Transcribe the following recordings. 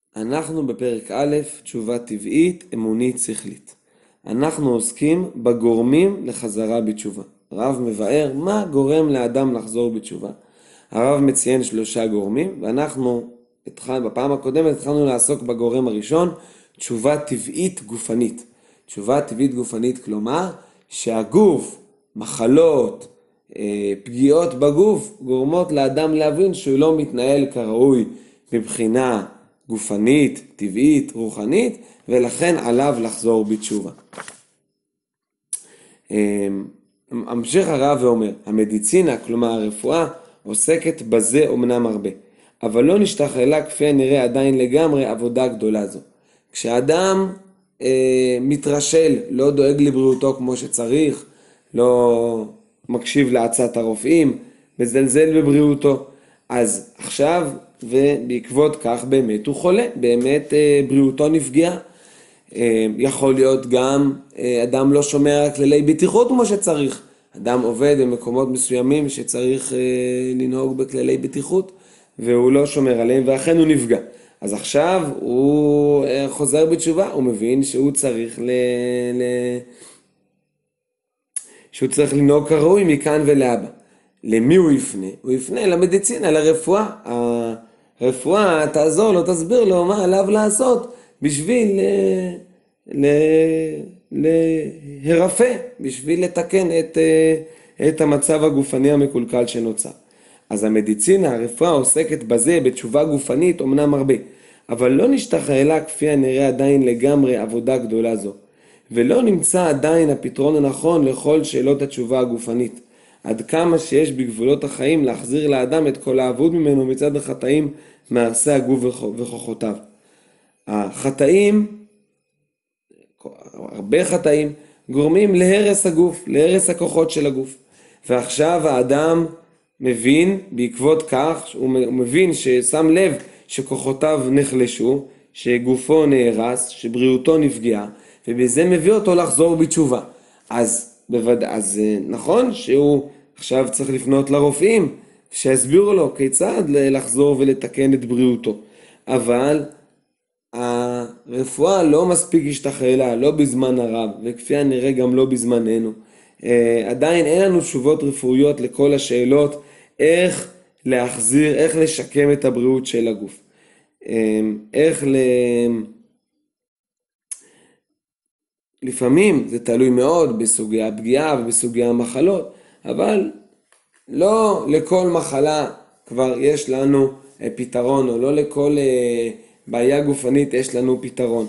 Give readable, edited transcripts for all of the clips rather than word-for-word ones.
אנחנו בפרק א', תשובה טבעית, אמונית, שכלית. אנחנו עוסקים בגורמים לחזרה בתשובה. הרב מבאר מה גורם לאדם לחזור בתשובה. הרב מציין 3 גורמים, ואנחנו בפעם הקודמת התחלנו לעסוק בגורם הראשון, תשובה טבעית גופנית. תשובה טבעית גופנית כלומר שהגוף, מחלות, פגיעות בגוף גורמות לאדם להבין שהוא לא מתנהל כראוי מבחינה גופנית, טבעית, רוחנית, ולכן עליו לחזור בתשובה. המשך הרב ואומר, המדיצינה, כלומר הרפואה, עוסקת בזה אומנם הרבה, אבל לא נשתכללה כפי הנראה עדיין לגמרי עבודה גדולה זו. כשאדם מתרשל, לא דואג לבריאותו כמו שצריך, לא מקשיב לעצת הרופאים, מזלזל בבריאותו, אז עכשיו ובעקבות כך באמת הוא חולה, באמת בריאותו נפגעה. יכול להיות גם אדם לא שומר על כללי בטיחות כמו שצריך. אדם עובד במקומות מסוימים שצריך לנהוג בכללי בטיחות והוא לא שומר עליהם ואכן הוא נפגע. אז עכשיו הוא חוזר בתשובה, הוא מבין שהוא צריך לנהוג כראוי מכאן ולהבא. למי הוא יפנה? הוא יפנה למדיצינה, לרפואה. הרפואה תעזור לו, תסביר לו מה עליו לעשות בשביל להירפא, בשביל לתקן את המצב הגופני המקולקל שנוצר. אז המדיצינה, הרפואה עוסקת בזה בתשובה גופנית אמנם הרבה, אבל לא נשתכללה כפי הנראה עדיין לגמרי עבודה גדולה זו. ולא נמצא עדיין הפתרון הנכון לכל שאלות התשובה הגופנית. עד כמה שיש בגבולות החיים להחזיר לאדם את כל האבוד ממנו מצד החטאים מעשה הגוף וכוחותיו. החטאים, הרבה חטאים, גורמים להרס הגוף, להרס הכוחות של הגוף. ועכשיו האדם מבין בעקבות כך, הוא מבין ששם לב שכוחותיו נחלשו, שגופו נהרס, שבריאותו נפגעה, ובזה מביא אותו לחזור בתשובה. אז נכון שהוא עכשיו צריך לפנות לרופאים, שיסבירו לו כיצד לחזור ולתקן את בריאותו. אבל הרפואה לא מספיק השתכללה, לא בזמן הרב, וכפי הנראה גם לא בזמננו. עדיין אין לנו תשובות רפואיות לכל השאלות, איך להחזיר, איך לשקם את הבריאות של הגוף. לפעמים זה תלוי מאוד בסוגי הפגיעה ובסוגי המחלות, אבל לא לכל מחלה כבר יש לנו פתרון, או לא לכל בעיה גופנית יש לנו פתרון.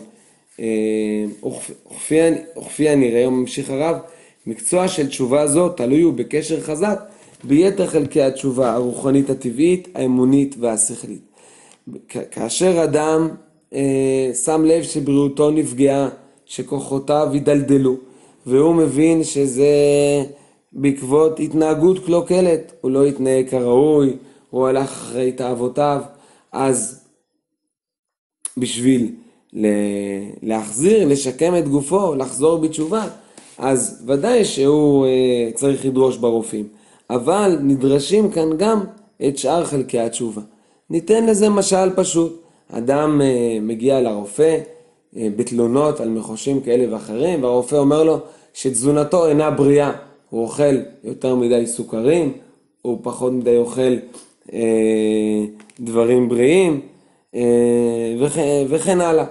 וכפי הנראה, ממשיך הרב, מקצוע של תשובה זו תלוי הוא בקשר חזק ביתר חלקי התשובה הרוחנית הטבעית, האמונית והשכלית. כאשר אדם שם לב שבריאותו נפגעה, שכוחותיו ידלדלו, והוא מבין שזה בעקבות התנהגות קלוקלת, הוא לא התנהג כראוי, הוא הלך אחרי תאוותיו, אז בשביל להחזיר, לשקם את גופו, לחזור בתשובה, אז ודאי שהוא צריך לדרוש ברופאים, אבל נדרשים כאן גם את שאר חלקי התשובה. ניתן לזה משל פשוט, אדם מגיע לרופא, בתלונות על מחושים כאלה ואחרים, והרופא אומר לו שתזונתו אינה בריאה, הוא אוכל יותר מדי סוכרים, הוא פחות מדי אוכל דברים בריאים, וכן הלאה.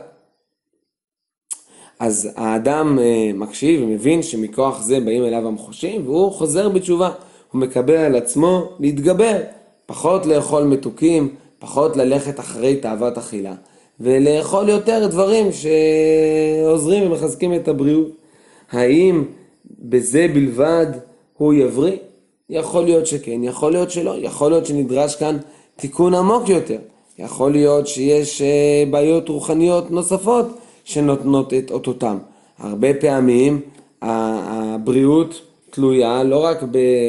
אז האדם מקשיב ומבין שמכוח זה באים אליו המחושים, והוא חוזר בתשובה, הוא מקבל על עצמו להתגבר, פחות לאכול מתוקים, פחות ללכת אחרי תאוות אכילה, ולאכול יותר דברים שעוזרים ומחזקים את הבריאות. האם בזה בלבד הוא יבריא? יכול להיות שכן, יכול להיות שלא, יכול להיות שנדרש כאן תיקון עמוק יותר, יכול להיות שיש בעיות רוחניות נוספות שנותנות את אותותם. הרבה פעמים הבריאות תלויה לא רק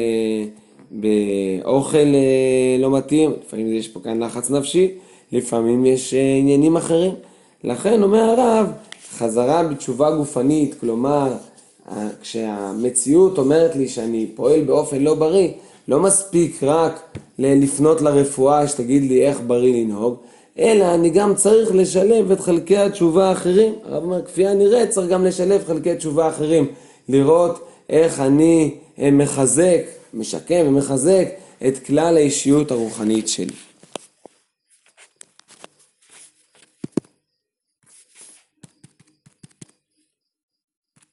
באוכל לא מתאים, לפעמים יש פה כאן לחץ נפשי, לפעמים יש עניינים אחרים. לכן אומר הרב, חזרה בתשובה גופנית, כלומר, כשהמציאות אומרת לי שאני פועל באופן לא בריא, לא מספיק רק לפנות לרפואה שתגיד לי איך בריא לנהוג, אלא אני גם צריך לשלב את חלקי התשובה האחרים. הרב אומר, כפי הנראה צריך גם לשלב חלקי תשובה אחרים, לראות איך אני מחזק, משקם ומחזק את כלל האישיות הרוחנית שלי.